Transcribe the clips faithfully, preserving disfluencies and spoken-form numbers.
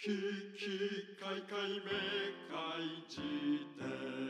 ききかいかいめかいじ典。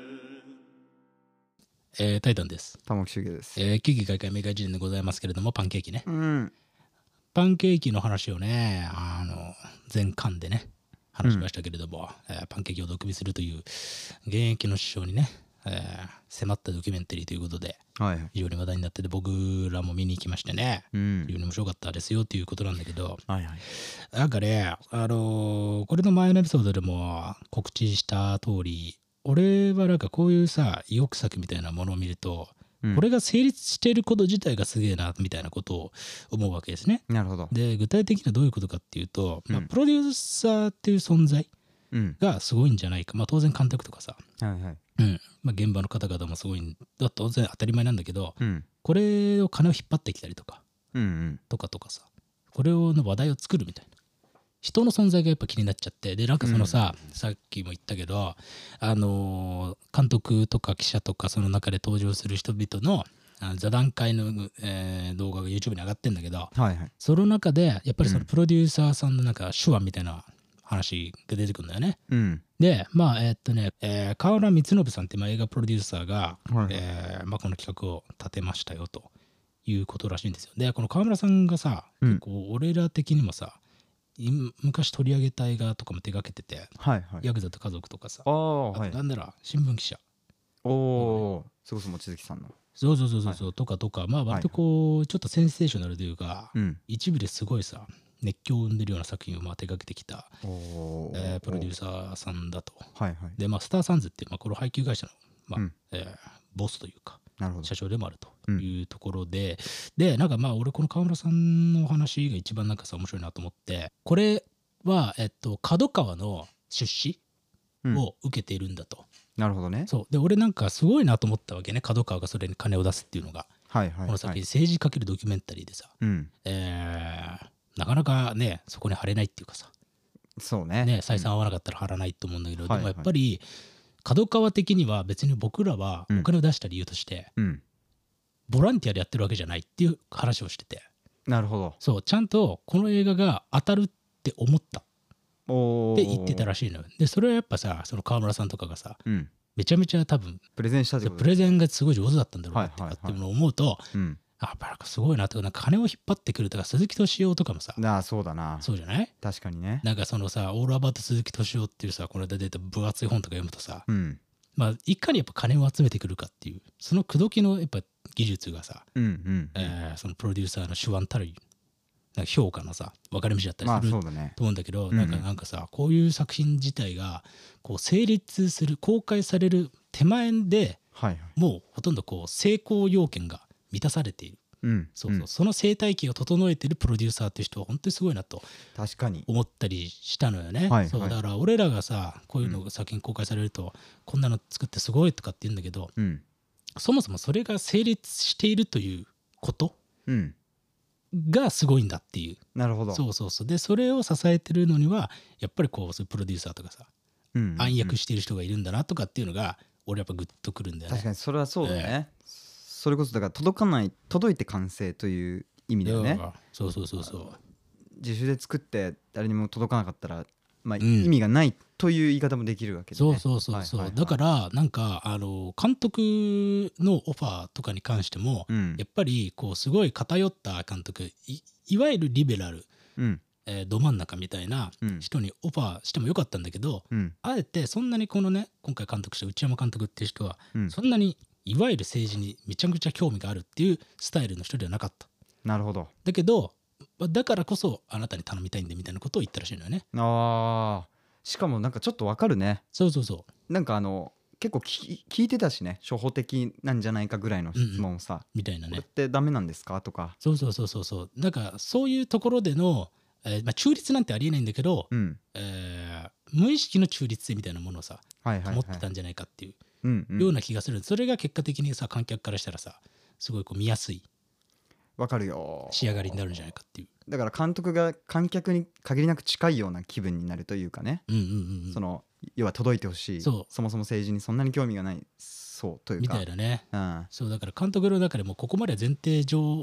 えー、タイタンです。 玉木周家です。 えー、危機開会明快時点でございますけれども、パンケーキね。 うん。 パンケーキの話をね、あの、前巻でね、話しましたけれども、うんえーパンケーキを毒味するという現役の師匠にね、えー迫ったドキュメンタリーということで、 はいはい。 非常に話題になってて、僕らも見に行きましてね、 うん非常。に面白かったですよっていうことなんだけど、 はいはい。 なんかね、あのーこれの前のエピソードでも告知した通り、俺はなんかこういうさ、意欲作みたいなものを見ると、 うんこれが成立していること自体がすげえなみたいなことを思うわけですね。 なるほど。 で、具体的にはどういうことかっていうと、まあ、 うんプロデューサーっていう存在うん。 がすごいんじゃないか。まあ当然監督とかさ、 はいはい。 うんまあ、現場の方々もすごいんだ当然当たり前なんだけど、 うん。 これを金を引っ張ってきたりとか、 うんうん。 とかとかさ、これをの話題を作るみたいな。人の存在がやっぱ気になっちゃって、でなんかそのさ、さっきも言ったけど、あのー監督とか記者とかその中で登場する人々のあ座談会の、えー動画が YouTube に上がってんだけど、 はいはい。 その中でやっぱりそのプロデューサーさんのなんか手腕みたいな話が出てくるんだよね。 うん。 でまあえーっとね、えー河原光信さんってまあ映画プロデューサーが、 はいえーまあ、この企画を立てましたよということらしいんですよ。でこの河村さんがさ、 うん結構俺ら的にもさい昔取り上げた映画とかも手掛けてて、 はいはい。 ヤクザと家族とかさ、 ああ、はいあと。なんなら新聞記者、 おお。それこそ望月さんの。 そうそうそうそうそう、とかとか、まあ割とこうちょっとセンセーショナルというか、 うん。 一部ですごいさ熱狂を生んでるような作品をまあ手掛けてきた、 おお。 えープロデューサーさんだと。 はいはい。 でまあスターサンズっていう、まあ、この配給会社の、まあうんえーボスというかなるほど社。長でもあるというところで、でなんかまあ俺この川村さんの話が一番なんかさ面白いなと思って、これはえっと角川の出資うんを受けているんだと、 なるほどね。 そうで俺なんかすごいなと思ったわけね、角川がそれに金を出すっていうのが、 はいはいはい。 この先政治かけるドキュメンタリーでさ、 うん。 えーなかなかねそこに貼れないっていうかさ、 そうね。 ね採算合わなかったら貼らないと思うんだけど、 はいでもやっぱり角川的には別に僕らはお金を出した理由として、 うん。 ボランティアでやってるわけじゃないっていう話をしてて、 なるほど。 そうちゃんとこの映画が当たるって思ったっおお。 て言ってたらしいのよ。でそれはやっぱさその川村さんとかがさうん。 めちゃめちゃ多分プレゼンしたってことプレゼンがすごい上手だったんだろうなって,、 はいはいはいっていうのを思うと、 うん。 あやっぱなんかすごいなとか、なんか金を引っ張ってくるとか鈴木敏夫とかもさ、 なあ、そうだな。 そうじゃない？ 確かにね。 なんかそのさオールアバウト鈴木敏夫っていうさこの間出た分厚い本とか読むとさ、 うん。 まあいかにやっぱ金を集めてくるかっていうその口説きのやっぱ技術がさ、 うんうん。 えーそのプロデューサーの手腕たるなんか評価のさ分かれ道だったりまあするそうだね。 と思うんだけど、 うんなんかなんかさこういう作品自体がこう成立する公開される手前ではいはい。 もうほとんどこう成功要件が満たされている、 うん。 そうそう、 んその生態系を整えているプロデューサーっていう人は本当にすごいなと確かに。 思ったりしたのよね、 はいはいそうだから俺らがさこういうのが作品公開されると、こんなの作ってすごいとかって言うんだけど、 うん。 そもそもそれが成立しているということうん。 がすごいんだっていう、 なるほど。 そうそうそう、でそれを支えてるのにはやっぱりこうそういうプロデューサーとかさうんうんうん。 暗躍している人がいるんだなとかっていうのが俺やっぱグッとくるんだよね。 確かにそれはそうだね。それこそだから届かない届いて完成という意味だよね。 そうそうそうそう、 自主で作って誰にも届かなかったら、まあ、 うん意味がないという言い方もできるわけで、ねそうそうそうそう、 はいはいはいだからなんかあの監督のオファーとかに関しても、 うんやっぱりこうすごい偏った監督 い, いわゆるリベラル、 うんえーど真ん中みたいなうん人にオファーしてもよかったんだけど、 うんあえてそんなにこのね今回監督した内山監督っていう人は、 うんそんなにいわゆる政治にめちゃくちゃ興味があるっていうスタイルの人ではなかった。 なるほど。 だけどだからこそあなたに頼みたいんでみたいなことを言ったらしいのよね。 あーしかもなんかちょっとわかるね。 そうそうそなんかあの結構き聞いてたしね、初歩的なんじゃないかぐらいの質問をさ、 うみたいなこれっね。 てダメなんですかとか。 そうそうそうそうそう、だからそういうところでの、えーまあ、中立なんてありえないんだけど、 うんえー無意識の中立性みたいなものをさはいはいはい保ってたんじゃないかっていううんうんような気がする、それが結果的にさ観客からしたらさすごいこう見やすいわかるよ。 仕上がりになるんじゃないかっていう。 だから監督が観客に限りなく近いような気分になるというかね、 うんうんうんうんその要は届いてほしい、 そうそもそも政治にそんなに興味がないそうというみかたいなね。 うんそうだから監督の中でもここまで前提上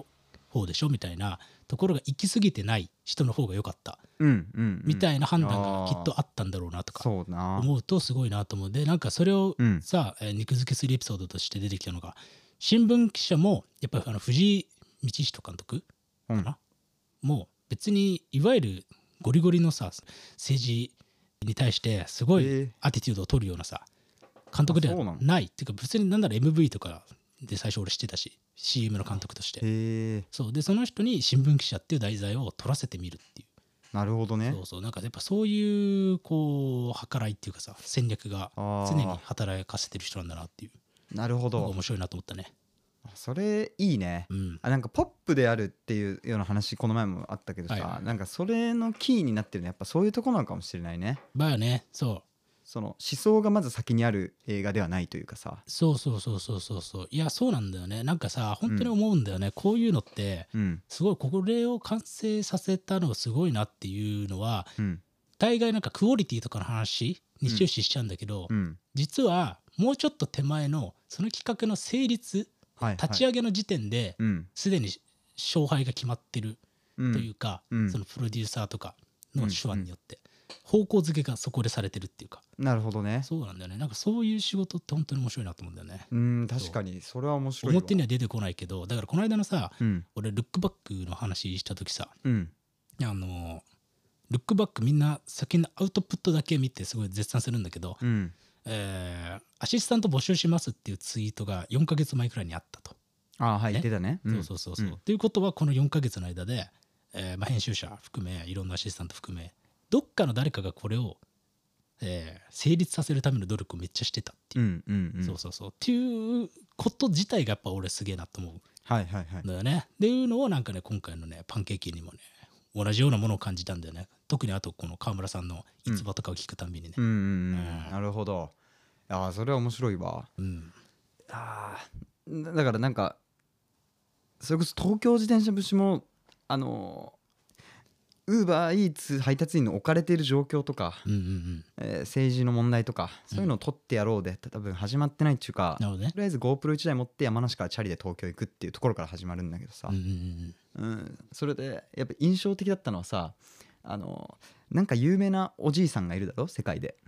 方でしょみたいなところが行き過ぎてない人の方が良かったうんうんうんみたいな判断があーきっとあったんだろうなとかそうな思うとすごいなと思う。でなんかそれをうんさ、えー肉付けするエピソードとして出てきたのが新聞記者もやっぱりあの藤井道人監督かな、もう別にいわゆるゴリゴリのさ政治に対してすごいへえアティテュードを取るようなさ監督ではあそうなのないっていうか別になんなら エムブイ とかで最初俺知ってたし シーエム の監督としてへえそうでその人に新聞記者っていう題材を取らせてみるっていうなるほどねそうそうなんかやっぱそういうこう計らいっていうかさ戦略があ常にー働かせてる人なんだなっていうなるほどのが面白いなと思ったね。 それいいねうんあなんかポップであるっていうような話この前もあったけどさ、 はいはいはいなんかそれのキーになってるのはやっぱそういうところなのかもしれないね。 だよねそうその思想がまず先にある映画ではないというかさそうそうそうそうそうそういやそうなんだよねなんかさ本当に思うんだよね、こういうのってうんすごいこれを完成させたのがすごいなっていうのはうん大概なんかクオリティとかの話に終始しちゃうんだけど、 うん実はもうちょっと手前のその企画の成立はい立ち上げの時点でうんすでに勝敗が決まってるうんというか、 うんそのプロデューサーとかの手腕によって方向づけがそこでされてるっていうかなるほどねそうなんだよねなんかそういう仕事って本当に面白いなと思うんだよね。 うん確かにそれは面白いわ表には出てこないけどだからこの間のさうん俺ルックバックの話した時さうんあのルックバックみんな先のアウトプットだけ見てすごい絶賛するんだけど、 うんえーアシスタント募集しますっていうツイートがよんかげつまえくらいにあったと、 あはいね言ってたねそうそうそうそう。 んということはこのよんかげつの間で、えーまあ、編集者含めいろんなアシスタント含めどっかの誰かがこれを、えー成立させるための努力をめっちゃしてたっていうう、 んうんうんそうそうそうっていうこと自体がやっぱ俺すげえなと思うはいはいはいんだよね。っていうのをなんかね今回のねパンケーキにもね同じようなものを感じたんだよね。特にあとこの川村さんの逸話とかを聞くたんびにねうんうんうんうんなるほどああそれは面白いわうんあーだだからなんかそれこそ東京自転車節もあのウーバーイーツ配達員の置かれている状況とか、 うんうんうんえー政治の問題とかそういうのを取ってやろうで多分始まってないっていうか、 なるほどねとりあえず ゴープロいち 台持って山梨からチャリで東京行くっていうところから始まるんだけどさ、 うんうんうんうん、それでやっぱ印象的だったのはさあのなんか有名なおじいさんがいるだろ世界で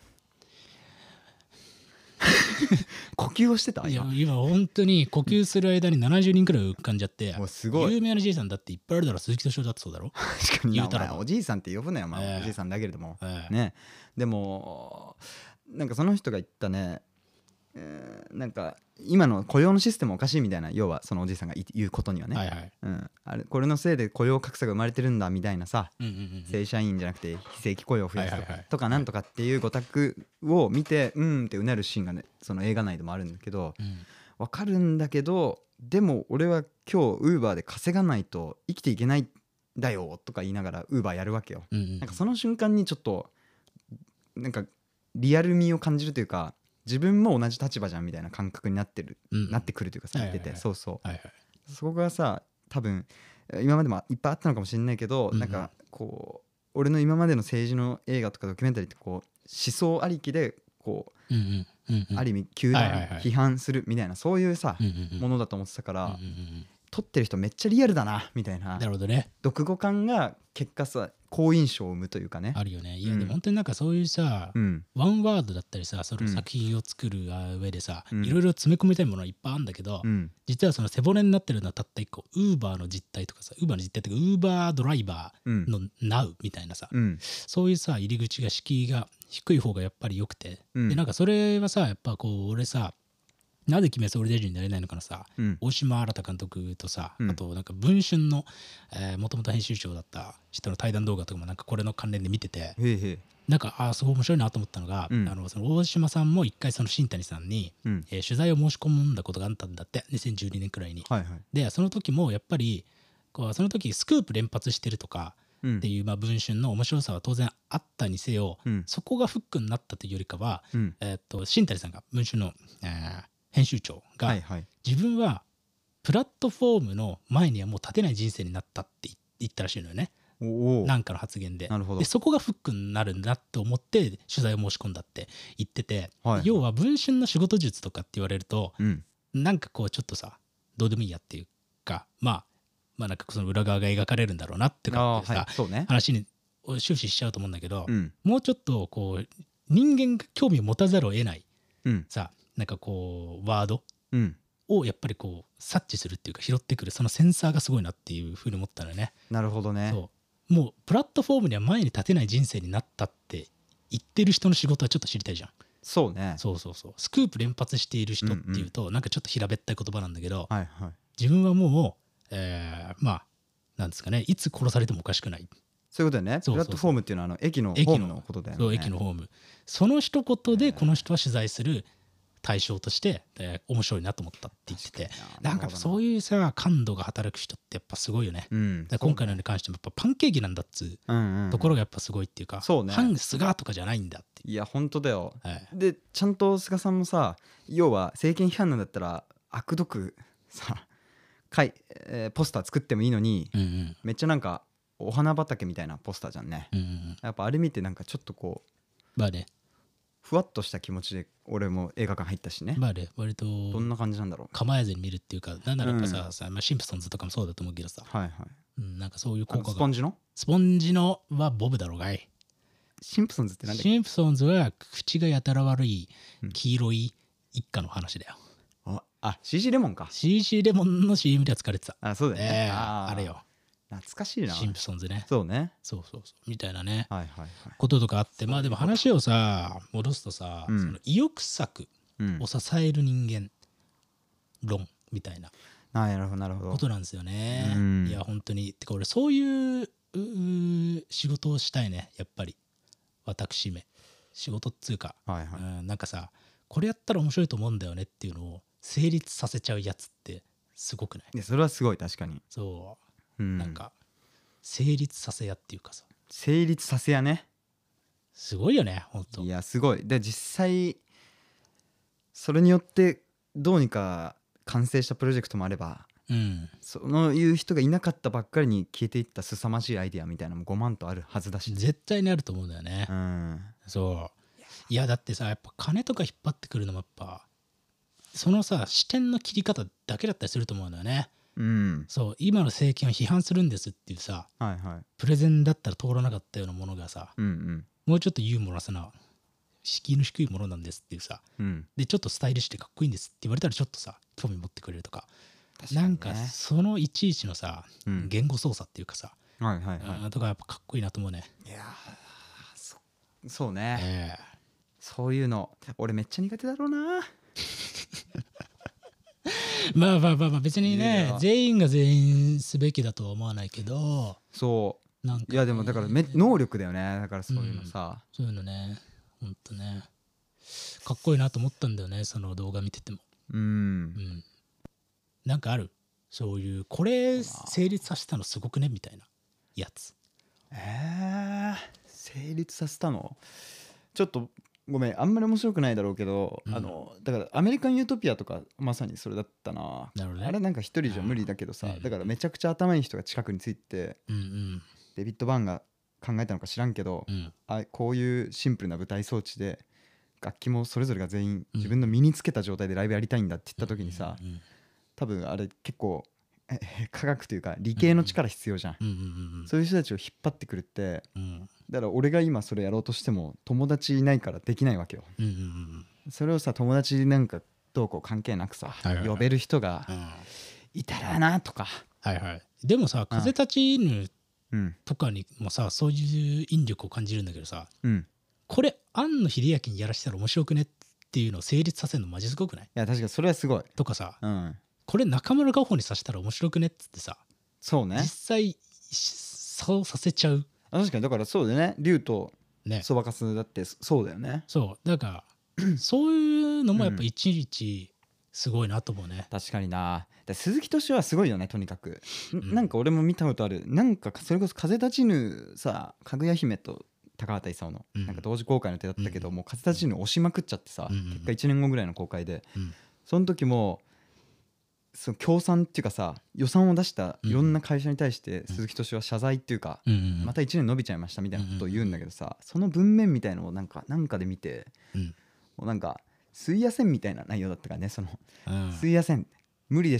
呼吸をしてたいや今今本当に呼吸する間にななじゅうにんくらい浮かんじゃってもうすごい有名なじいさんだっていっぱいあるだろ鈴木敏夫だってそうだろ、 確かにな言うたらお前おじいさんって呼ぶなよ、まあええおじいさんだけれども、 ええねでもなんかその人が言ったね、えーなんか今の雇用のシステムおかしいみたいな要はそのおじいさんがい言うことにはね、 はいはいうん、あれこれのせいで雇用格差が生まれてるんだみたいなさうんうんうん正社員じゃなくて非正規雇用を増やすとか,、 はいはいはいとかなんとかっていう語卓を見てうんってうなるシーンがねその映画内でもあるんだけどうんわかるんだけどでも俺は今日ウーバーで稼がないと生きていけないんだよとか言いながらウーバーやるわけよ。 うんうんなんかその瞬間にちょっとなんかリアル味を感じるというか自分も同じ立場じゃんみたいな感覚になってる、 うんなってくるというかさ言ってて、 はいはいはいそうそうはいはいそこがさ多分今までもいっぱいあったのかもしれないけど、 うんうんなんかこう俺の今までの政治の映画とかドキュメンタリーってこう思想ありきでこうんうんうんうう、 んある意味球団はいはいはい批判するみたいなそういうさ、 うんうんうんものだと思ってたから、 うんうんうん撮ってる人めっちゃリアルだなみたいななるほどね読後感が結果さ好印象を生むというかね。 あるよねいやうんでも本当になんかそういうさうんワンワードだったりさそのうん作品を作る上でさうんいろいろ詰め込みたいものはいっぱいあるんだけどうん実はその背骨になってるのはたった一個ウーバーの実態とかさウーバーの実態とかウーバードライバうんーの Now みたいなさうんそういうさ入り口が敷居が低い方がやっぱり良くて、 うんでなんかそれはさやっぱこう俺さなぜ君は総理大臣になれないのかなさうん大島新監督とさ、 うんあとなんか文春のもともと編集長だった人の対談動画とかもなんかこれの関連で見ててへえへえなんかあーすごい面白いなと思ったのが、 うんあのその大島さんも一回その新谷さんに、 うんえー取材を申し込んだことがあったんだってにせんじゅうにねんくらいに。 はいはいでその時もやっぱりこうその時スクープ連発してるとかうんっていう、まあ、文春の面白さは当然あったにせよ、 うんそこがフックになったというよりかは、 うんえーっと新谷さんが文春の、えー編集長が、 はいはい自分はプラットフォームの前にはもう立てない人生になったって言ったらしいのよねおおなんかの発言でなるほどでそこがフックになるんだと思って取材を申し込んだって言ってて、 はい要は文春の仕事術とかって言われるとうんなんかこうちょっとさどうでもいいやっていうかまあまあなんかその裏側が描かれるんだろうなってかっていうさ、 はい、そうね。 話に終始しちゃうと思うんだけど、 うんもうちょっとこう人間が興味を持たざるを得ないうんさ、なんかこうワードうんをやっぱりこう察知するっていうか拾ってくるそのセンサーがすごいなっていうふうに思ったのね。 なるほどね。 そうもうプラットフォームには前に立てない人生になったって言ってる人の仕事はちょっと知りたいじゃん。 そうね。 そうそうそうスクープ連発している人っていうと、なんかちょっと平べったい言葉なんだけど、 はいはい。 自分はもう、えーまあなんですかね、いつ殺されてもおかしくない、 そういうことだよね。 そうそうそうプラットフォームっていうのはあの駅のホ駅のームのことだよね。 そう駅のホーム、その一言でこの人は取材する対象として、えー面白いなと思ったって言ってて、なんかそういうさ感度が働く人ってやっぱすごいよね。 うんだから今回のに関してもやっぱパンケーキなんだっつううんうんところがやっぱすごいっていうか、 そうね反菅とかじゃないんだっていや本当だよ。 いう、はい、 でちゃんと菅さんもさ、要は政権批判なんだったら悪毒さかい、えーポスター作ってもいいのに、 うんうんめっちゃなんかお花畑みたいなポスターじゃんね。 うんうんやっぱあれ見てなんかちょっとこうまあねふわっとした気持ちで俺も映画館入ったしね。 まあね割とどんな感じなんだろう。 構えずに見るっていうか、なんならやっぱさ、 うんさまあ、シンプソンズとかもそうだと思うけどさ、 はいはい。 うん、なんかそういうあの効果がスポンジのスポンジのはボブだろうがい。 シンプソンズってなんだっけ。 シンプソンズは口がやたら悪いうん黄色い一家の話だよ。 ああ シージー レモンか。 シーシー レモンの シーエム では使われてた。 あそうだよね。 ええあーあれよ。 懐かしいな。 シンプソンズね。 そうね。 そうそうそう。みたいなね。 はいはいはい。 こととかあって、まあでも話をさ、戻すとさ、 うんその意欲作うんを支える人間論みたいなあなるほどなるほど。 ことなんですよね。 うんいや本当にてか俺そういううー仕事をしたいねやっぱり私め仕事っつうか、 はいはい。 うん、なんかさこれやったら面白いと思うんだよねっていうのを成立させちゃうやつってすごくない？ いやそれはすごい確かに。 そうう、 ん。 なんか成立させやっていうかさ成立させやね。 すごいよね本当。 いやすごい。で実際それによってどうにか完成したプロジェクトもあれば、 うんそのいう人がいなかったばっかりに消えていった凄まじいアイディアみたいなのもごまんとあるはずだし。 絶対にあると思うんだよね、 うん。 そういやだってさやっぱ金とか引っ張ってくるのもやっぱそのさ視点の切り方だけだったりすると思うんだよね。 うん。 そう今の政権を批判するんですっていうさはいはい。 プレゼンだったら通らなかったようなものがさうんうんもうちょっとユーモラスな敷居の低いものなんですっていうさうん。 でちょっとスタイリッシュでかっこいいんですって言われたらちょっとさ興味持ってくれるとか確かにねなんかそのいちいちのさ、 うん言語操作っていうかさ、 はいはいはあーとかやっぱかっこいいなと思うね。 い。いやーそそうね。 えそういうの俺めっちゃ苦手だろうな。 えまあまあまあまあ別にいねや全員が全員すべきだとは思わないけどそなんかういやでもだからめ能力だよね。だからそういうのさ、 そういうのねほんとねかっこいいなと思ったんだよねその動画見てても。 うん、 うんなんかあるそういうこれ成立させたのすごくねみたいなやつ。 えー、成立させたのちょっとごめんあんまり面白くないだろうけど、 うんあのだからアメリカン・ユートピアとかまさにそれだったな。 なるほどねあれなんか一人じゃ無理だけどさ、 うんだからめちゃくちゃ頭いい人が近くについてうんうんデビッド・バーンが考えたのか知らんけど、 うんあこういうシンプルな舞台装置で楽器もそれぞれが全員うん自分の身につけた状態でライブやりたいんだって言った時にさ、 うん多分あれ結構え科学というか理系の力必要じゃん、 うんうんうんそういう人たちを引っ張ってくるってうんだから俺が今それやろうとしても友達いないからできないわけよ。 うんうんうんそれをさ友達なんかどうこう関係なくさ、 はいはいはい呼べる人がうんいたらなとか、 はいはいでもさ風立ちぬうんとかにもさそういう引力を感じるんだけどさうん、いこれ庵野秀明にやらせたら面白くねっていうのを成立させるのマジすごくない？ や確かにそれはすごい、 とかさうん、 これ中村佳穂にさせたら面白くねっつってさそうね実際そうさせちゃうあ確かにだからそうだよね竜とね。 そばかすだってそそうだよね。 そうだからそういうのもやっぱいちいちすごいなと思うね。 確かにな。だ鈴木敏夫はすごいよねとにかく、んうんなんか俺も見たことあるなんかそれこそ風立ちぬさかぐや姫と高畑勲のうんなんか同時公開の手だったけど、 うんもう風立ちぬ押しまくっちゃってさ、 うんうん結果いちねんごぐらいの公開で、 うんその時もその協賛っていうかさ予算を出したいろんな会社に対して鈴木敏夫は謝罪っていうか、 うんうんまたいちねん伸びちゃいましたみたいなことを言うんだけどさ、その文面みたいのをなんかなんかで見てうんもうなんか水野線みたいな内容だったからね。そのうん水野線無理でした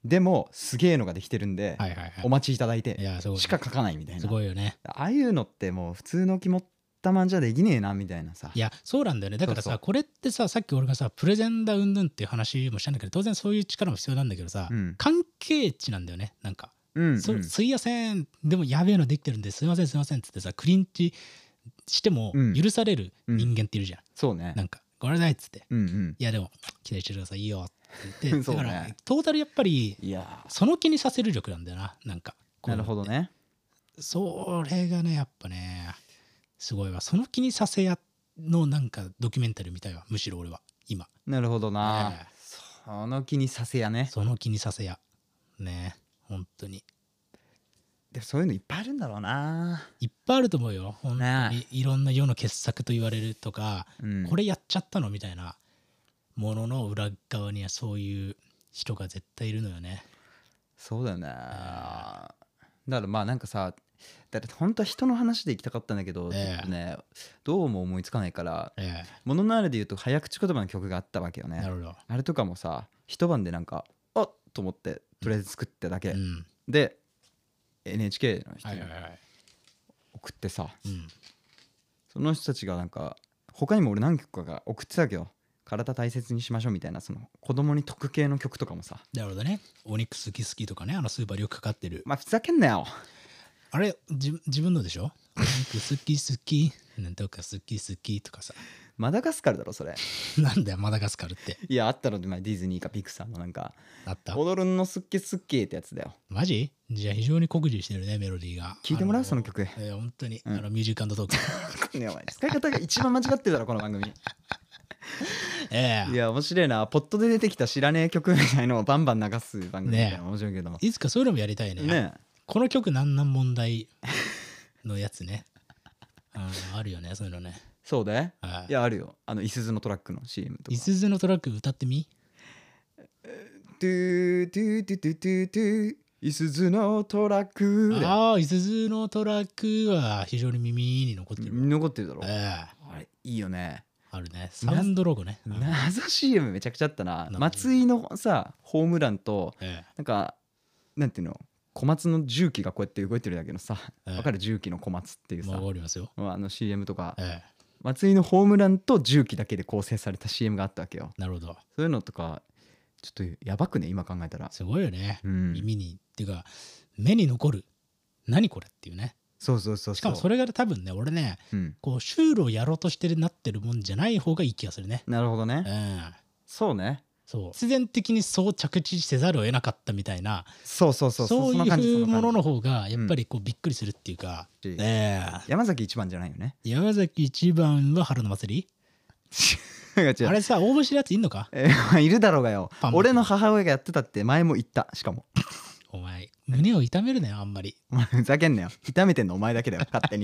でもすげえのができてるんで、 はいはいはいお待ちいただいいてやすごいねしか書かないみたいな。 すごいよね。 ああいうのってもう普通の肝っ玉じゃできねえなみたいなさ。 いやそうなんだよね。だからさそうそうこれってささっき俺がさプレゼンだうんぬんっていう話もしたんだけど、当然そういう力も必要なんだけどさ、 うん関係値なんだよね。なんか、 うんうん、 そすいやせんでもやべえのできてるんですいませんすいませんっつってさクリンチしてもうん許される人間っているじゃん。 そうね。 なんかごめんなさいっつって、 うんうんいやでも期待してくださいいいよって言ってそうねだからトータルやっぱりいやその気にさせる力なんだよな。なんかーなるほどね。 それがねやっぱねすごいわ。その気にさせやのなんかドキュメンタリーみたいわ。むしろ俺は今なるほどな、 ええその気にさせやね。 その気にさせやね本当にでもそういうのいっぱいあるんだろうな。 いっぱいあると思うよ本当ねに。いろんな世の傑作と言われるとか、 うんこれやっちゃったのみたいなものの裏側にはそういう人が絶対いるのよね。 そうだよね。だからまあなんかさ、だって本当は人の話で行きたかったんだけど、 ええちょっとねどうも思いつかないからえモノノアレで言うと早口言葉の曲があったわけよね。 えなるほど。 あれとかもさ一晩でなんかあっと思ってとりあえず作っただけ、 うんで エヌエイチケー の人にはいはいはい送ってさ、 うんその人たちがなんか他にも俺何曲かが送ってたわけよ。体大切にしましょうみたいなその子供に得系の曲とかもさ。 なるほどね。お肉好き好きとかね、あのスーパーでよくかかってるまあふざけんなよ。 あれじ自分のでしょ。お肉好き好きなんとか好き好きとかさ。 マダガスカルだろそれ。 なんだよマダガスカルって。 いやあったので、まあ、ディズニーかピクサーのなんかあった踊るのすっけすっけってやつだよ。 マジじゃあ非常に酷似してるねメロディーが。 聞いてもらうあのその曲。 えー、本当に、 うんあのミュージックトークねお前使い方が一番間違ってるだろこの番組。 ええいや面白いな。ポットで出てきた知らねえ曲みたいのをバンバン流す番組みたいなの面白いけどもいつかそういうのもやりたいね。 ね。 この曲なんなん問題のやつね。ああるよねそういうのね。 そうではいいやあるよ。あのいすゞのトラックの シーエム とか。 いすゞのトラック歌ってみ。 トゥートゥートゥトゥトゥトゥいすゞのトラックでああいすゞのトラックは非常に耳に残ってるわ。 残ってるだろ。 ええあれいいよね。 あるね。サウンドロゴね。うん謎 シーエム めちゃくちゃあったな。 な松井のさホームランとえなんかなんていうの小松の重機がこうやって動いてるだけのさ、 ええわかる重機の小松っていうえ、まあ、 さわかりますよ。 あの シーエム とかええ、 松井のホームランと重機だけで構成された シーエム があったわけよ。 なるほど。 そういうのとかちょっとやばくね今考えたら。 すごいよね。 うん耳にっていうか目に残る。何これっていうね。 そうそうそうそう。 しかもそれが多分ね俺ねうんこうシュールをやろうとしてなってるもんじゃない方がいい気がするね。 なるほどね。 うん。 そうね。 そう必然的にそう着地せざるを得なかったみたいなそうそうそうそうの感じいうそ感じものの方がやっぱりこうびっくりするっていうか、 うんええ山崎一番じゃないよね。 山崎一番は春の祭違う違うりあれさ応募してるやついんのか。 えーいるだろうがよパン。 俺の母親がやってたって前も言った。しかもお前胸を痛めるなよあんまり。 お前ふざけんなよ。痛めてんのお前だけだよ勝手に。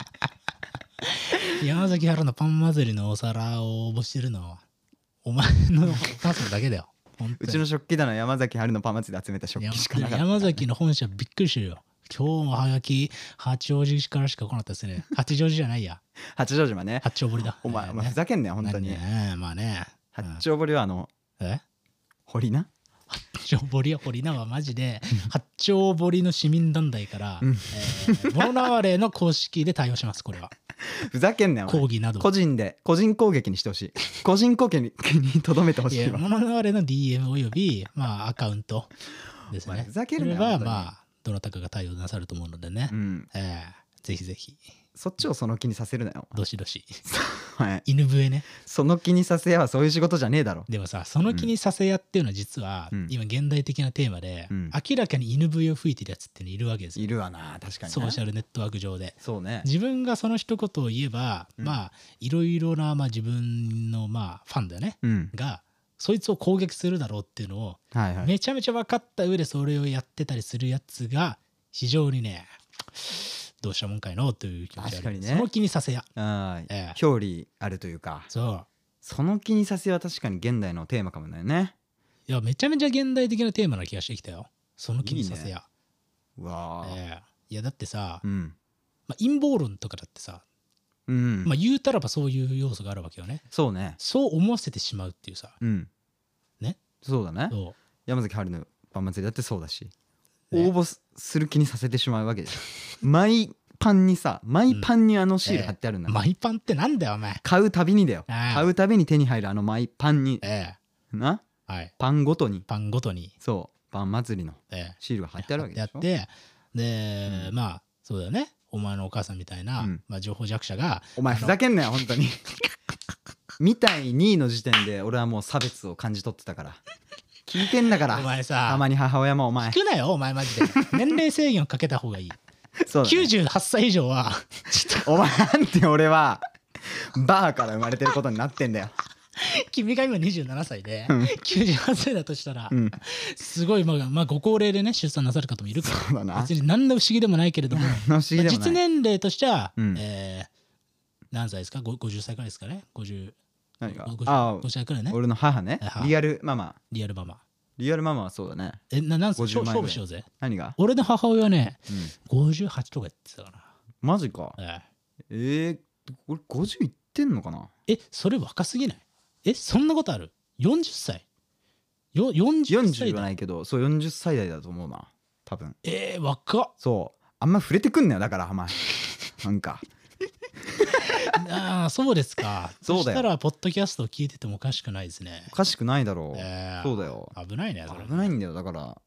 山崎春のパン祭りのお皿を応募してるのはお前のお母さんだけだよ。本当にうちの食器棚山崎春のパン祭りで集めた食器しかなかった。 山崎の本社びっくりしてるよ。今日もはがき八王子からしか来なかったですね。八丈寺じゃないや。 八丈島ね。 八丁堀だ。 お前、 えーお前ふざけんなよ本当に。 ねまあね。 八丁堀はあのえ堀な。 八丁堀は堀名はマジで八丁堀の市民団体から、 うんえー、モノナワレの公式で対応しますこれは。 ふざけんなよお前。 抗議など。 個人で個人攻撃にしてほしい。個人攻撃にとどめてほいしいわ。 やモノナワレの ディーエム およびまあアカウントですね。 お前ふざけるなよそれは本当にまあどなたかが対応なさると思うのでね。 うん。 えー、ぜひぜひそっちをその気にさせるなよ。 どしどしはい。 犬笛ね。 その気にさせやはそういう仕事じゃねえだろ。 でもさその気にさせやっていうのは実は、 うん今現代的なテーマで、 うん明らかに犬笛を吹いてるやつっていうのいるわけですよ。 いるわな確かにな。 ソーシャルネットワーク上で。 そうね。 自分がその一言を言えば、 うんまあいろいろな、まあ、自分のまあファンだよねうん。 がそいつを攻撃するだろうっていうのをはいはい。 めちゃめちゃ分かった上でそれをやってたりするやつが非常にねどうしたもんかいのという気持ちがある。 確かにねその気にさせや。 あええあ、表裏あるというか、 そうその気にさせは確かに現代のテーマかもだよね。 いやめちゃめちゃ現代的なテーマな気がしてきたよ。その気にさせや。 うわあ、 ええいやだってさ、 うん。 まあ、陰謀論とかだってさ、 うん。 まあ、言うたらばそういう要素があるわけよね。 そうね。 そう思わせてしまうっていうさ。 うん。 ね。 そうだね。 そう山崎春のパン祭りだってそうだし、 ね応募すする気にさせてしまうわけでしょ。マイパンにさ、マイパンにあのシール貼ってあるんだから、 マイパンってなんだよお前。 買うたびにだよ。 ああ買うたびに手に入るあのマイパンにえな、 えはい。 パンごとに、 パンごとに、 そうパン祭りのええシールが貼ってあるわけでしょ。 やってで、 うんまあそうだよね、お前のお母さんみたいな、 うんまあ、情報弱者がお前ふざけんなよ本当にみたいにの時点で俺はもう差別を感じ取ってたから、聞いてんだからお前さたまに母親もお前聞くなよお前マジで年齢制限をかけた方がいいそうだねきゅうじゅうはっさい以上はちょっとお前なんて俺はバーから生まれてることになってんだよ。 君が今にじゅうななさいでうんきゅうじゅうはっさいだとしたら、 うんすごい、まあ、まあご高齢でね出産なさる方もいるかそうだなら別に何の不思議でもないけれども不思議でもない実年齢としては、 うんえー何歳ですかごごじゅっさいくらいですかねごじゅう何がごじゅうあごじゅっさいくらいね俺の母ね母リアルママリアルママリアルママはそうだね。 えななんすかごじゅう勝前ぐらい負しようぜ何が、 俺の母親はねうん、 ごじゅうはちとか言ってたかマジか。 な、ええー、俺ごじゅういってんのかな。 ええそれ若すぎないえそんなことあるよんじゅっさいよよんじゅっさいよんじゅうはだないけどそうよんじゅっさい代だと思うな多分。 えー、若っそうあんま触れてくんなよだからお前なんかああそうですかそうだよそしたらポッドキャストを聞いててもおかしくないですねおかしくないだろう、 えーそうだよ危ないねそれ危ないんだよだから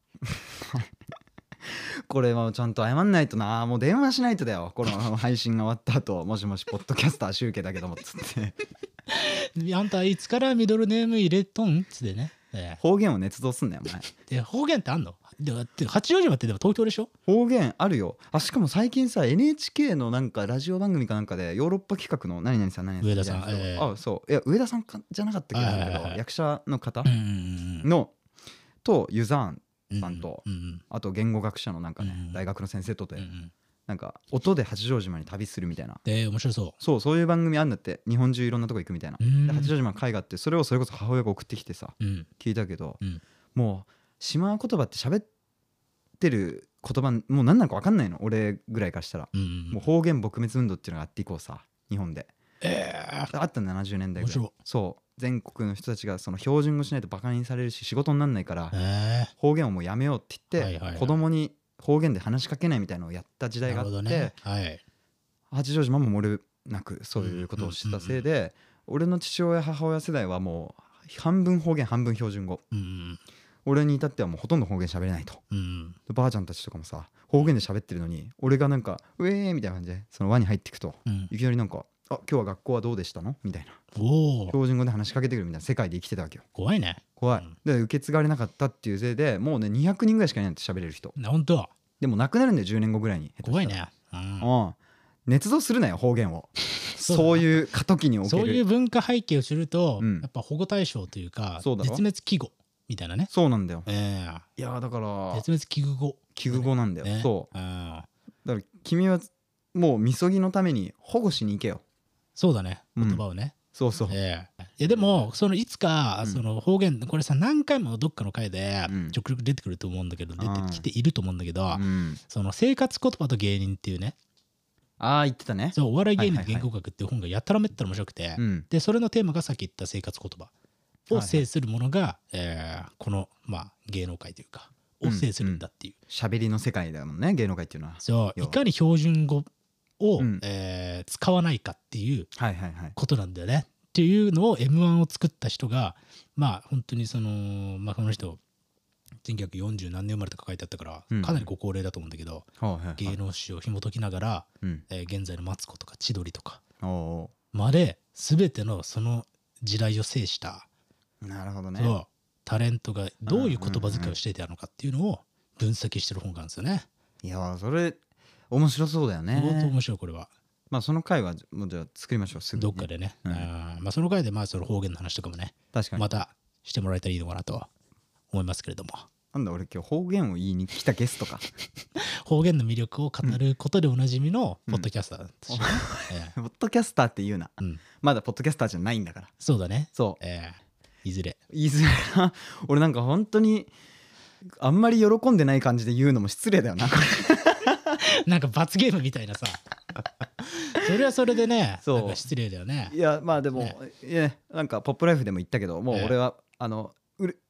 これはちゃんと謝んないとな、もう電話しないとだよこの配信が終わった後もしもしポッドキャスター集計だけどもっつってあんたいつからミドルネーム入れとんっつってね、え方言を捏造すんなよお前。 ーで方言ってあんのでだって八丈島ってでも東京でしょ方言あるよ。あしかも最近さ エヌエイチケー のなんかラジオ番組かなんかでヨーロッパ企画の何々さん何々 上田さんみたいな人ええあそういや上田さんかじゃなかったっけど、 はいはいはい役者の方うんうんのとユザーンうんさんとうんうんあと言語学者のなんかね、 うん大学の先生とで、 うんうんなんか音で八丈島に旅するみたいな、 で面白そそうそういう番組あんだって、日本中いろんなとこ行くみたいな、 ううんで八丈島の会があって、それをそれこそ母親が送ってきてさうん聞いたけど、 うんもう島言葉って喋ってる言葉もう何なのか分かんないの俺ぐらいからしたら、 うんもう方言撲滅運動っていうのがあっていこうさ日本でえーあったのななじゅうねんだいぐらい面白い。 そう全国の人たちがその標準語しないとバカにされるし仕事になんないからえ方言をもうやめようって言って、 はいはいはい子供に方言で話しかけないみたいなのをやった時ーなる代があって、 ほどねはい八丈島も漏れなくそういうことをしてたせいで、俺の父親母親世代はもう半分方言半分標準語、 うん俺に至ってはもうほとんど方言喋れないと。 うんでばあちゃんたちとかもさ方言で喋ってるのに俺がなんかウェーみたいな感じでその輪に入っていくとうんいきなりなんか「あ今日は学校はどうでしたの?」みたいなおお標準語で話しかけてくるみたいな世界で生きてたわけよ。 怖いね怖いうん。 で受け継がれなかったっていうせいでもうねにひゃくにんぐらいしかいないんだって喋れる人。 な本当でもなくなるんだよじゅうねんごぐらいに。下手したら怖いねうんうん捏造するなよ方言をそうだなそういう過渡期におけるそういう文化背景を知ると、 うんやっぱ保護対象というかそうだろ絶滅危惧みたいなね、 そうなんだよ。 えいやだからー、絶滅危惧語、 危惧語なんだよ、 ね、 そううんだから君はもうみそぎのために保護しに行けよ。 そうだねうん言葉をね、 そうそう、 ええいやでもそのいつかうんその方言、これさ何回もどっかの回でうんちょくちょく出てくると思うんだけど、出うんてきていると思うんだけど、 うん、 その生活言葉と芸人っていうね、 ああ言ってたね。 そうお笑い芸人はいはいはい言語学っていう本がやたらめったら面白くて、 うんでそれのテーマがさっき言った生活言葉を制するものが、えーこの、まあ、芸能界というかを制するんだっていう、 喋りの世界だもんね芸能界っていうのは。要はいそうかに標準語を、 うんえー使わないかっていうはいはいはい。 ことなんだよねっていうのを エムワン を作った人がまあ本当にそのまあこの人せんきゅうひゃくよんじゅう何年生まれとか書いてあったから、 うんかなりご高齢だと思うんだけど、 はいはいはい芸能史を紐解きながら、 うん、 えー現在のマツコとか千鳥とかおうおまで全てのその時代を制した、 うなるほどね。 そうタレントがどういう言葉遣いをしていたのかっていうのを分析してる本があるんですよね。 いやそれ面白そうだよ相当ね。 面白いこれは。 まあその回はもうじゃあ作りましょうすぐにね、 どっかでね、 うんあーまあその回でまあその方言の話とかもね確かに。 またしてもらえたらいいのかなとは思いますけれども、 なんだ俺今日方言を言いに来たゲストか。 方言の魅力を語ることでおなじみのポッドキャスターとしてね、えポッドキャスターって言うな。 えうん、 まだポッドキャスターじゃないんだから。 そうだね、 そうええいずれ言いづらいな。俺なんか本当にあんまり喜んでない感じで言うのも失礼だよな。 なんか罰ゲームみたいなさそれはそれでねそうなんか失礼だよね。 いやまあでも、 ねいやなんかポップライフでも言ったけどもうええ俺は、あのうれ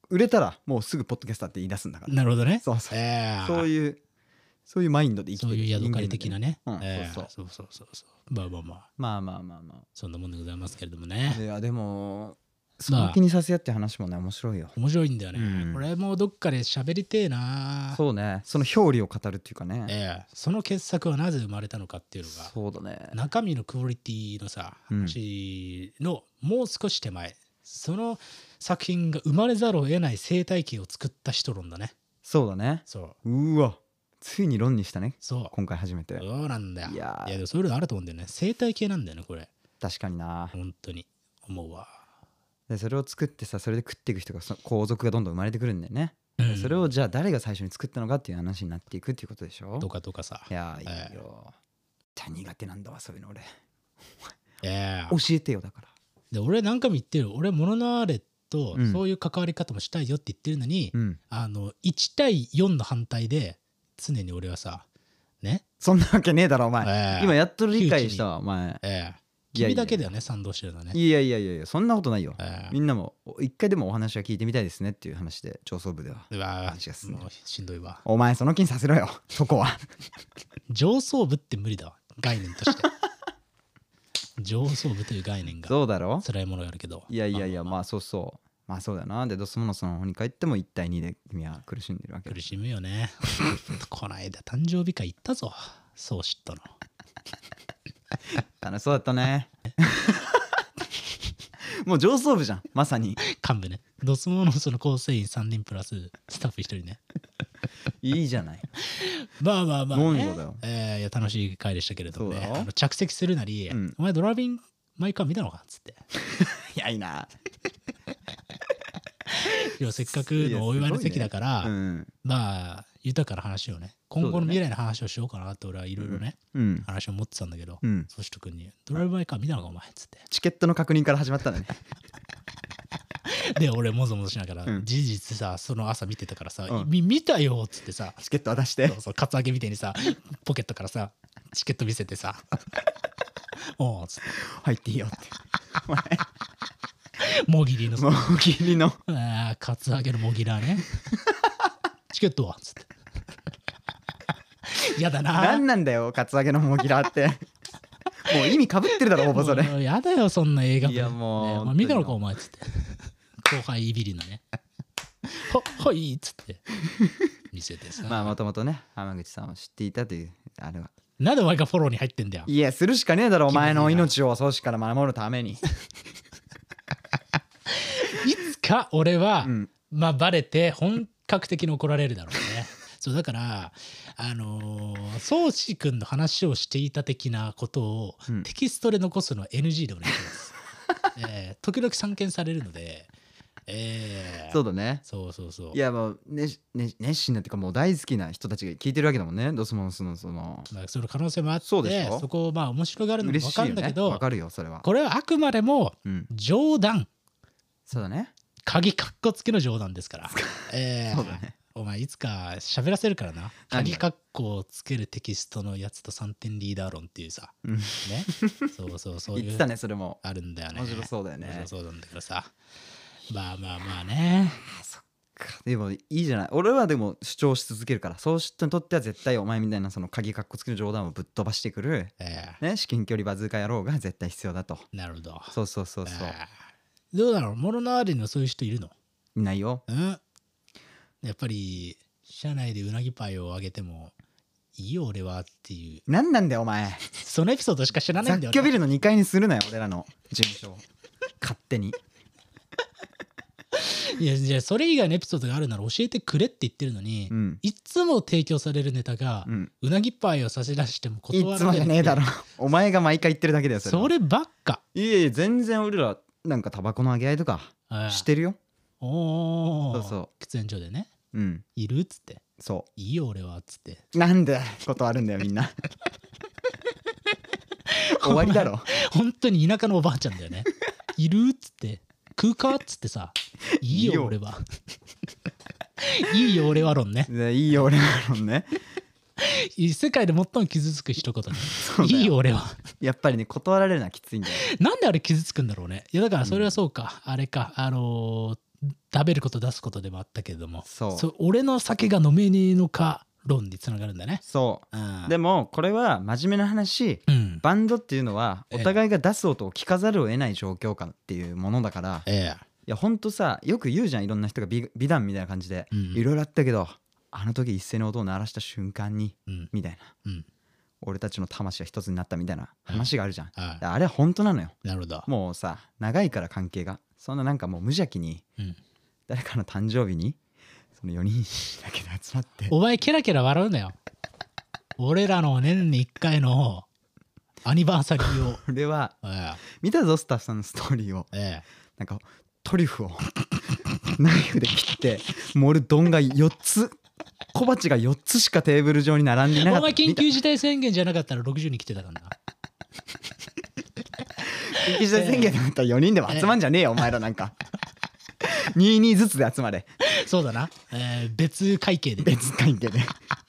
売れたらもうすぐポッドキャスターって言い出すんだから。 なるほどね。 そうそう、 えーそういうそういうマインドで生きてるそういうヤドカリ的なね。 人間なんでね。うんえーそうそうそうそうそうそう。まあまあまあ、 まあまあまあまそんなもんでございますけれどもあ。 ね。 いやでもその気にさせやって話もね面白いよ。 面白いんだよね。 うんこれもどっかで喋りてえな。 そうね、その表裏を語るっていうかね。 ええその傑作はなぜ生まれたのかっていうのが、 そうだね。 中身のクオリティのさ、 うん話のもう少し手前、その作品が生まれざるを得ない生態系を作った人論だね。 そうだね。 そう。 うわ、ついに論にしたね。 そう。 今回初めて。 そうなんだよ。 いやーでもそういうのあると思うんだよね。生態系なんだよね、これ。 確かにな。 本当に思うわ。 でそれを作ってさ、それで食っていく人がそ皇族がどんどん生まれてくるんだよね。 うんそれをじゃあ誰が最初に作ったのかっていう話になっていくっていうことでしょ。 とかとかさ。 いやーええいいよ。じゃあ苦手なんだわそういうの俺。 ええ教えてよだから。 で俺何回も言ってる。俺モノナーレとうんそういう関わり方もしたいよって言ってるのに、 うん。 あのいち対よんの反対で常に俺はさね、 そんなわけねえだろお前。 ええ今やっと理解したわお前。 ええいやいや君だけだよね賛同してるのはね。 いやいやいやいやそんなことないよ。 ええみんなも一回でもお話は聞いてみたいですねっていう話で上層部では。 うわ話が進んでるもうしんどいわ。 お前その気にさせろよそこは。 上層部って無理だわ概念として。上層部という概念がそうだろ。 辛いものがあるけど。 いやいやいやまあまあそうそうまあそうだよな。でドスモノスの方に帰ってもいち対にで君は苦しんでるわけだ。 苦しむよね。こないだ誕生日会行ったぞ。そう知ったの。 楽しそうだったね。もう上層部じゃんまさに。 幹部ね。ドスモノスの構成員さんにんプラススタッフひとりね。 いいじゃない。 まあまあまあ、ね。 何がだよえーいや楽しい回でしたけれどもね。 そうだろあの着席するなり、 うんお前ドライビングマイカー見たのかっつって。 いやいいな。 いやせっかくのお祝いの席だから、 うんまあ豊かな話をね、今後の未来の話をしようかなって俺はいろいろね、 うん話を持ってたんだけど、 うん。 そうしとくんにドライブマイカー見たのかお前っつってチケットの確認から始まったんだね。 で俺もぞもぞしながら、 うん事実さその朝見てたからさ、 うんみ見たよっつってさ、 チケット渡してそうそうカツアゲみたいにさポケットからさチケット見せてさおうっつって入っていいよって。お前もぎりのもうギリのあーカツアゲのもぎらねチケットはっつってやだな何なんだよカツアゲのモギラーって。もう意味かぶってるだろほぼそれ。 もうやだよそんな映画いやもうねお前本当に見たのかお前っつって後輩いびりのねははいっつって見せてさ、 まあもともとね浜口さんを知っていたというあれは。 なんでお前がフォローに入ってんだよ。 いやするしかねえだろお前の命を組織から守るために。 いつか俺は、 うんまあバレて本格的に怒られるだろうね。そうだからあのー、宗志君の話をしていた的なことを、 うんテキストで残すのは エヌジー でお願いします。えー時々散見されるので、えーそうだね。 そうそうそう。 いやもう、ねね、熱心なっていうかもう大好きな人たちが聞いてるわけだもんねドスモノスのその。 まあその可能性もあってそうでしょそこをまあ面白がるのも分か嬉しいよるんだけど、 ねわかるよそれは。 これはあくまでもうん冗談、 そうだね。 鍵かっこつけの冗談ですから。えーそうだね。 お前いつか喋らせるからな。 何鍵かっこをつけるテキストのやつとさんてんリーダー論っていうさ、 うんね。そうそうそういう言ってたねそれも。 あるんだよね。 面白そうだよね面白そうなんだけどさ。まあまあまあね。 でもいいじゃない。俺はでも主張し続けるから、そういう人にとっては絶対お前みたいなその鍵かっこつける冗談をぶっ飛ばしてくる、 えね、至近距離バズーカ野郎が絶対必要だと。 ーなるほど。 そうそうそうそう。 えーどうだろうモノナーレにはそういう人いるの？ いないよ。 うんやっぱり社内でうなぎパイをあげてもいいよ俺はっていう何なんだよお前。 そのエピソードしか知らないんだよ雑居ビルのにかいにするなよ俺らの事務所を勝手に。 いやじゃあそれ以外のエピソードがあるなら教えてくれって言ってるのに、 うんいつも提供されるネタが、 ううんなぎパイを差し出してもい断られるつもじゃねえだろ。お前が毎回言ってるだけだよそれは。 そればっかいやいや全然俺らなんかタバコのあげ合いとかしてるよ。 おおそうそう喫煙所でねうんいるっつってそいいよ俺はっつってう。なんで断るんだよみんな。終わりだろ。 本当に田舎のおばあちゃんだよねいるっつって食うかっつってさいいいいよよ俺はいいよ俺は論ねでいいよ俺の論ね。 世界で最も傷つく一言ねうだよいいよ俺はやっぱりね断られるのはきついんだよ。 なんであれ傷つくんだろうね。いやだからそれはそうか、あれかあのー食べること出すことでもあったけれども、 そう俺の酒が飲めねえのか論につながるんだね。 そううんでもこれは真面目な話、 うんバンドっていうのはええお互いが出す音を聞かざるを得ない状況下っていうものだから、いえやほんとさよく言うじゃん、いろんな人が美美談みたいな感じでうんいろいろあったけど、あの時一斉に音を鳴らした瞬間にえうんみたいな、 うん俺たちの魂が一つになったみたいな話があるじゃん、 はいあれは本当なのよ。 なるほど。 もうさ長いから関係がそんななんかもう無邪気にうん誰かの誕生日にそのよにんだけで集まってお前ケラケラ笑うなよ。俺らの年にいっかいのアニバーサリーを。 俺はえ見たぞスタッフさんのストーリーを、 ええなんかトリュフをナイフで切って盛る丼がよっつ、小鉢がよっつしかテーブル上に並んでいなかった。 えお前緊急事態宣言じゃなかったらろくじゅうにん来てたからな。 緊急事態宣言だったらよにんでも集まんじゃねえよお前らなんかににんずつで集まれ、 そうだな、えー別会計でね、 別会計で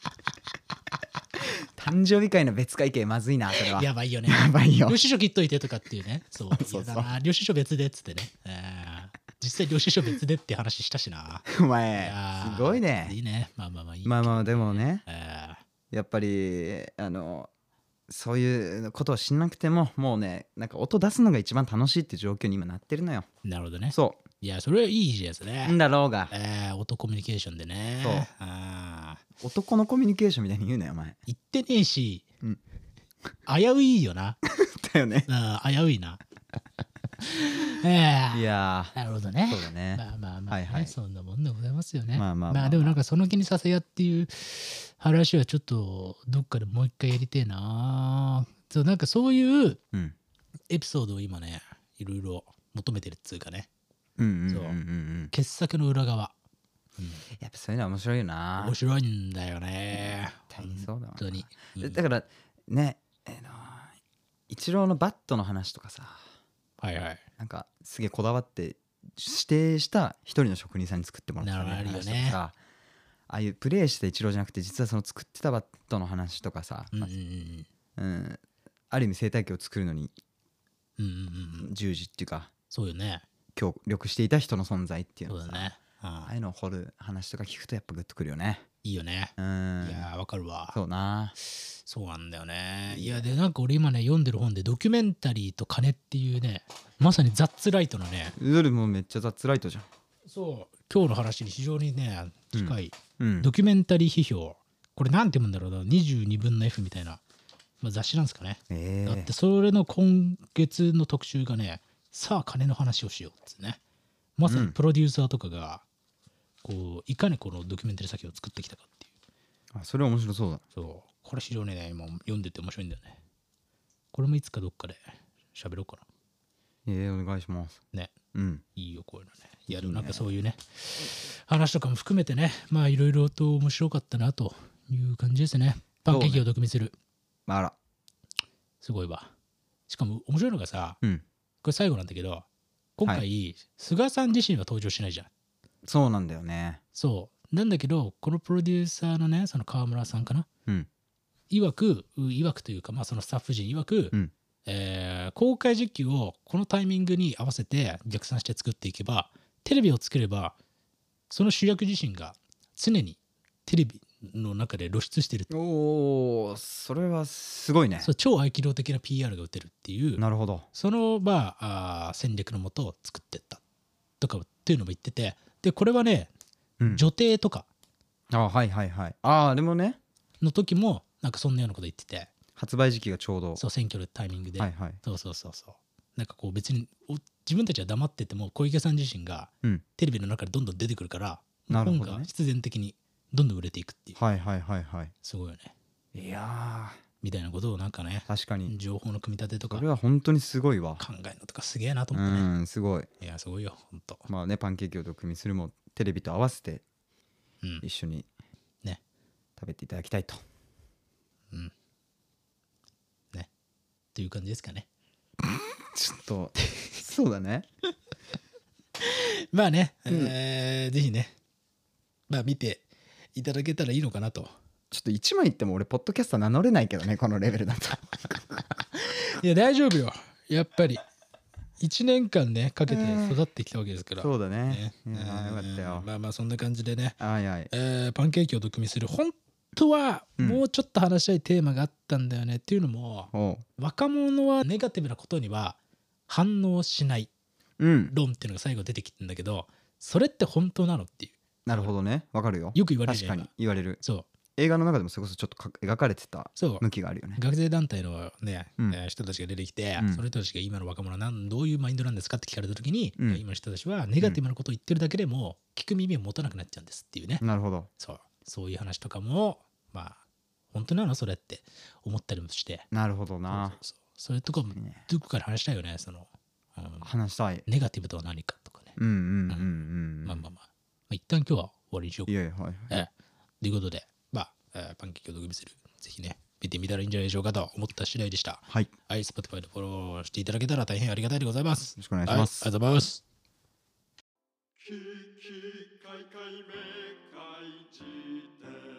誕生日会の別会計まずいなそれは。 やばいよね。 やばいよ領収書切っといてとかっていうね。そうそうそう嫌だな、領収書別でっつってね、えー実際領収書別でって話したしな。 おい前やーすごいね。 いいね。まあまあまあいい。 まあまあでもねえやっぱりあのそういうことをしなくてももうねなんか音出すのが一番楽しいって状況に今なってるのよ。 ーなるほどね。 そいやそれはいいですね。 うんだろうがえー、音コミュニケーションでね。 そうあー男のコミュニケーションみたいに言うなよお前。 言ってねえし、 うん危ういよな。 だよね。 うん、危ういな。えーいやなるほどね。 そうだねまあまあまあ、ねはいはいそんなもんでございますよね。 まあまあまあでもなんかその気にさせやっていう話はちょっとどっかでもう一回やりてえな。そうなんかそういううんエピソードを今ねいろいろ求めてるっつうかね、 うんうんうんうんそううん傑作の裏側、うん、 やっぱそういうのは面白いよな。 面白いんだよね。 絶対にそうだわな本当に、うんだからねえーのイチローのバットの話とかさはいはい。 なんかすげえこだわって指定した一人の職人さんに作ってもらったなるほどあるよね話とかさ、ああいうプレーしてイチローじゃなくて実はその作ってたバットの話とかさ、 うんうんうんうんある意味生態系を作るのにうんうんうんうん。 従事っていうかそうよね。 協力していた人の存在っていうのさ、 そうだね。 ああいうのを掘る話とか聞くとやっぱグッとくるよね。 いいよね。 うんいやーわかるわ。 そうな。 そうなんだよね。いやでなんか俺今ね読んでる本でドキュメンタリーと金っていうねまさにザッツライトのね、 それもめっちゃザッツライトじゃん。 そう今日の話に非常にね近い、 うんドキュメンタリー批評、これなんて読むんだろうな、にじゅうにぶんの F みたいな、まあ、雑誌なんですかね。 ええだってそれの今月の特集がね、さあ金の話をしようっつね、まさにプロデューサーとかがこういかにこのドキュメンタリー作品を作ってきたかっていう、 あそれは面白そうだ。 そうこれ非常にね今読んでて面白いんだよね。これもいつかどっかで喋ろうかええお願いします。 なね。 うんいいよこういうのね。いやでもなんかそういうね話とかも含めてね、まあいろいろと面白かったなという感じですね。パンケーキを毒味する、 あらすごいわ。しかも面白いのがさ、 うんこれ最後なんだけど今回、 は菅さん自身は登場しないじゃん。 そうなんだよね。 そうなんだけどこのプロデューサーのねその川村さんかなうん曰く曰くというかまあそのスタッフ陣曰く、 うんえー公開実況をこのタイミングに合わせて逆算して作っていけばテレビを作ればその主役自身が常にテレビの中で露出してる、 おおそれはすごいね。 そう超合気道的な ピーアール が打てるっていうなるほど。 そのまああー戦略のもとを作ってったとかっていうのも言ってて、でこれはねうん女帝とかあはいはいはい。ああでもねの時もなんかそんなようなこと言ってて、 発売時期がちょうど。 そう選挙のタイミングで、 はいはい。 そうそうそうそうなんかこう別にお自分たちは黙ってても小池さん自身がうんテレビの中でどんどん出てくるから、 なるほどね本が必然的にどんどん売れていくっていう、 はいはいはいはすごいよねい。いやみたいなことをなんかねー確かに情報の組み立てとか考これは本当にすごいわ。 えるのとかすげえなとう思ってね、 んすごい。 いやすごいよほんと、 まあねパンケーキを毒味するもテレビと合わせてうん一緒にね食べていただきたいと。 うんねっていう感じですかね。 ちょっとそうだね。 まあね、 うんえーぜひねまあ見ていただけたらいいのかなと。 ちょっと一枚言っても俺ポッドキャスター名乗れないけどねこのレベルだと。 いや大丈夫よやっぱりいちねんかんねかけて育ってきたわけですから、 そうだねね。いやーよかったよ。 まあまあそんな感じでね、 はいはい。 えーパンケーキを毒味する本当はもうちょっと話したいテーマがあったんだよね、っていうのもおう。 若者はネガティブなことには反応しないうん。 論っていうのが最後出てきてんだけど、それって本当なのっていうなるほどね。わかるよ。 よく言われるじゃん確かに言われる。 そう映画の中でもそれこそちょっとか描かれてたそう向きがあるよね。 学生団体のね、 うんえー人たちが出てきて、 うんその人たちが今の若者はなんどういうマインドなんですかって聞かれた時に、 うん今の人たちはネガティブなことを言ってるだけでも聞く耳を持たなくなっちゃうんですっていうね、 なるほど。 そうそういう話とかもまあ本当なのそれって思ったりもして、 なるほどな。 そうそうそうそれとかもいいねどこから話したいよね、その、うん話したい。 ネガティブとは何かとかね、 うんうんうんうん。 まあまあまあ、まあ、一旦今日は終わりにしようか。 いやいや、はい。 ええということで、まあ、えーパンケーキを毒味する、ぜひね、見てみたらいいんじゃないでしょうかと思った次第でした。 はい。よはい、Spotify でフォローしていただけたら大変ありがたいでございます。 ろしくお願いします。 はい、ありがとうございます。 ききかいかいめかいじ典